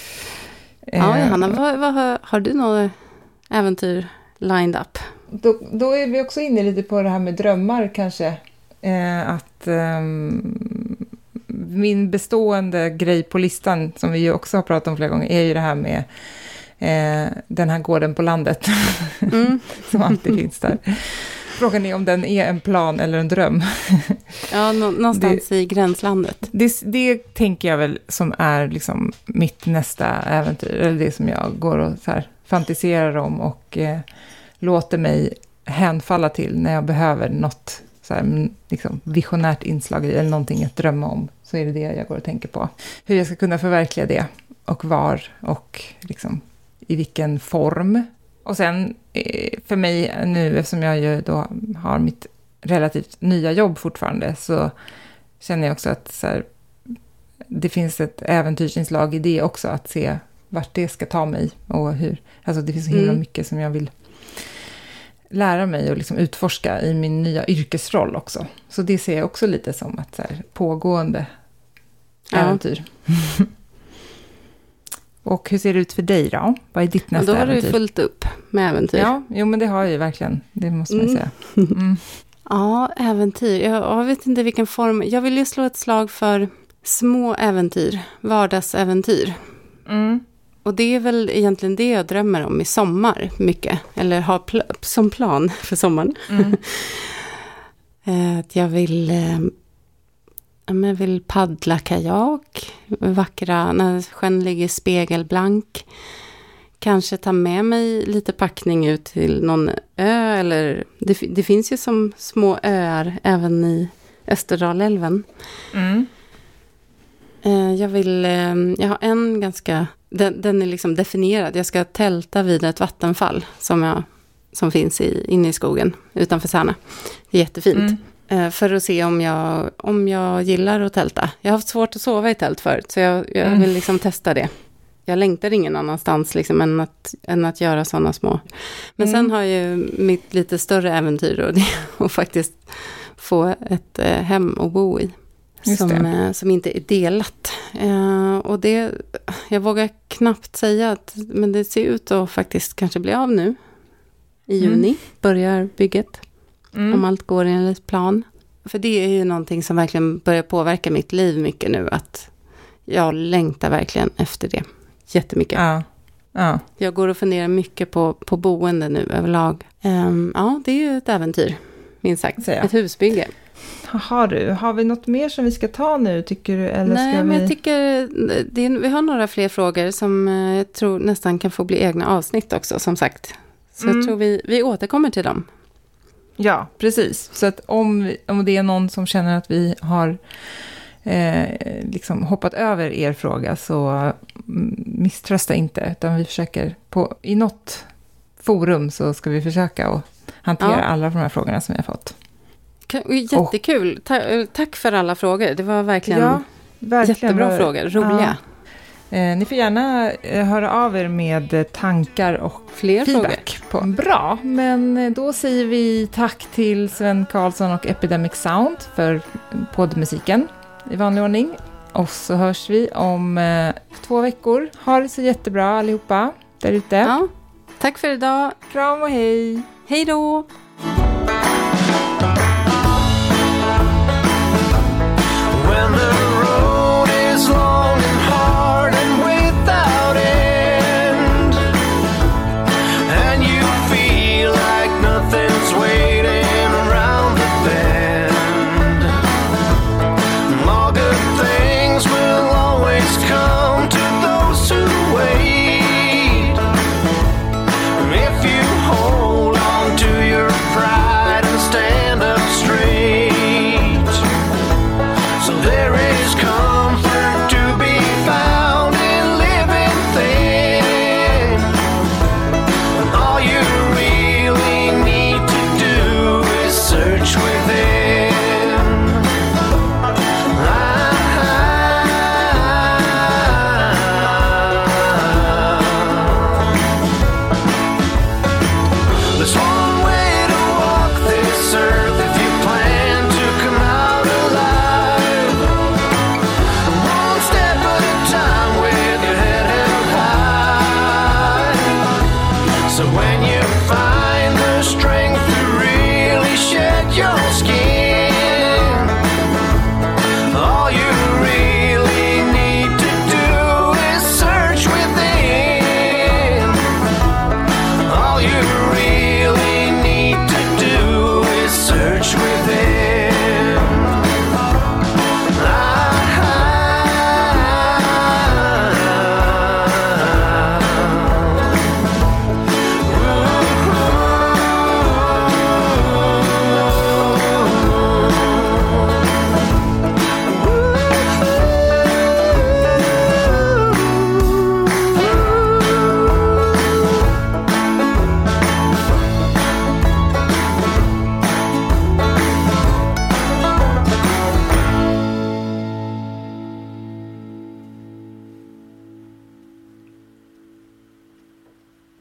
Ja, Johanna, vad, vad, har, har du några äventyr lined up? Då, då är vi också inne lite på det här med drömmar kanske. Eh, att eh, min bestående grej på listan, som vi ju också har pratat om flera gånger, är ju det här med eh, den här gården på landet. Mm. Som alltid finns där. Frågan är om den är en plan eller en dröm. Ja, nå- någonstans det, i gränslandet. Det, det tänker jag väl som är liksom mitt nästa äventyr. Eller det som jag går och så här fantiserar om och eh, låter mig hänfalla till när jag behöver något så här, liksom, visionärt inslag eller någonting att drömma om. Så är det det jag går och tänker på. Hur jag ska kunna förverkliga det och var och liksom, i vilken form. Och sen för mig nu, eftersom jag ju då har mitt relativt nya jobb fortfarande, så känner jag också att så här, det finns ett äventyrsinslag i det också, att se vart det ska ta mig och hur, alltså det finns så himla Mm. mycket som jag vill lära mig och liksom utforska i min nya yrkesroll också. Så det ser jag också lite som ett så här pågående Ja. äventyr. Och hur ser det ut för dig då? Vad är ditt Och nästa då har du äventyr? ju fullt upp med äventyr. Ja, jo men det har jag ju verkligen. Det måste man Mm. säga. Mm. Ja, äventyr. Jag, jag vet inte vilken form. Jag vill ju slå ett slag för små äventyr. Vardagsäventyr. Mm. Och det är väl egentligen det jag drömmer om i sommar mycket. Eller har pl- som plan för sommaren. Mm. Eh, Att jag vill, eh, ja, men jag vill paddla kajak. Vackra, när sjön ligger spegelblank. Kanske ta med mig lite packning ut till någon ö. Eller, det, fi- det finns ju som små öar även i Österdalälven. Mm. Eh, Jag vill, eh, jag har en ganska, den, den är liksom definierad. Jag ska tälta vid ett vattenfall som, jag, som finns i, inne i skogen utanför Särna. Det är jättefint. Mm. Eh, För att se om jag, om jag gillar att tälta. Jag har haft svårt att sova i tält förut, så jag, jag Mm. vill liksom testa det. Jag längtar ingen annanstans liksom, än, att, än att göra sådana små. Men Mm. sen har ju mitt lite större äventyr och det är att faktiskt få ett eh, hem att bo i. Just Som, det. eh, som inte är delat. Eh, och det, jag vågar knappt säga att, men det ser ut att faktiskt kanske bli av nu. I Mm. juni börjar bygget. Mm. Om allt går enligt plan. För det är ju någonting som verkligen börjar påverka mitt liv mycket nu. Att jag längtar verkligen efter det. Jättemycket. Ja. Ja. Jag går och funderar mycket på, på boende nu överlag. Ehm, ja, det är ju ett äventyr. Minst sagt. Säger jag. Ett husbygge. Har du, har vi något mer som vi ska ta nu tycker du? Eller Nej, ska men vi... jag tycker det är, vi har några fler frågor som eh, jag tror nästan kan få bli egna avsnitt också, som sagt. Så Mm. jag tror vi, vi återkommer till dem. Ja, precis. Så att om, vi- om det är någon som känner att vi har eh, liksom hoppat över er fråga så mm, misströsta inte. Utan vi försöker, på, i något forum så ska vi försöka att hantera Ja. alla de här frågorna som vi har fått. Ka- Jättekul. Ta, eh, tack för alla frågor. Det var verkligen, Ja, verkligen. jättebra Vad- frågor. Roliga. Eh, ni får gärna eh, höra av er med eh, tankar och Fler frågor. feedback på. Bra, men eh, då säger vi tack till Sven Karlsson och Epidemic Sound för poddmusiken i vanlig ordning. Och så hörs vi om eh, två veckor. Ha det så jättebra allihopa där ute. Ja, tack för idag. Kram och hej! Hej då!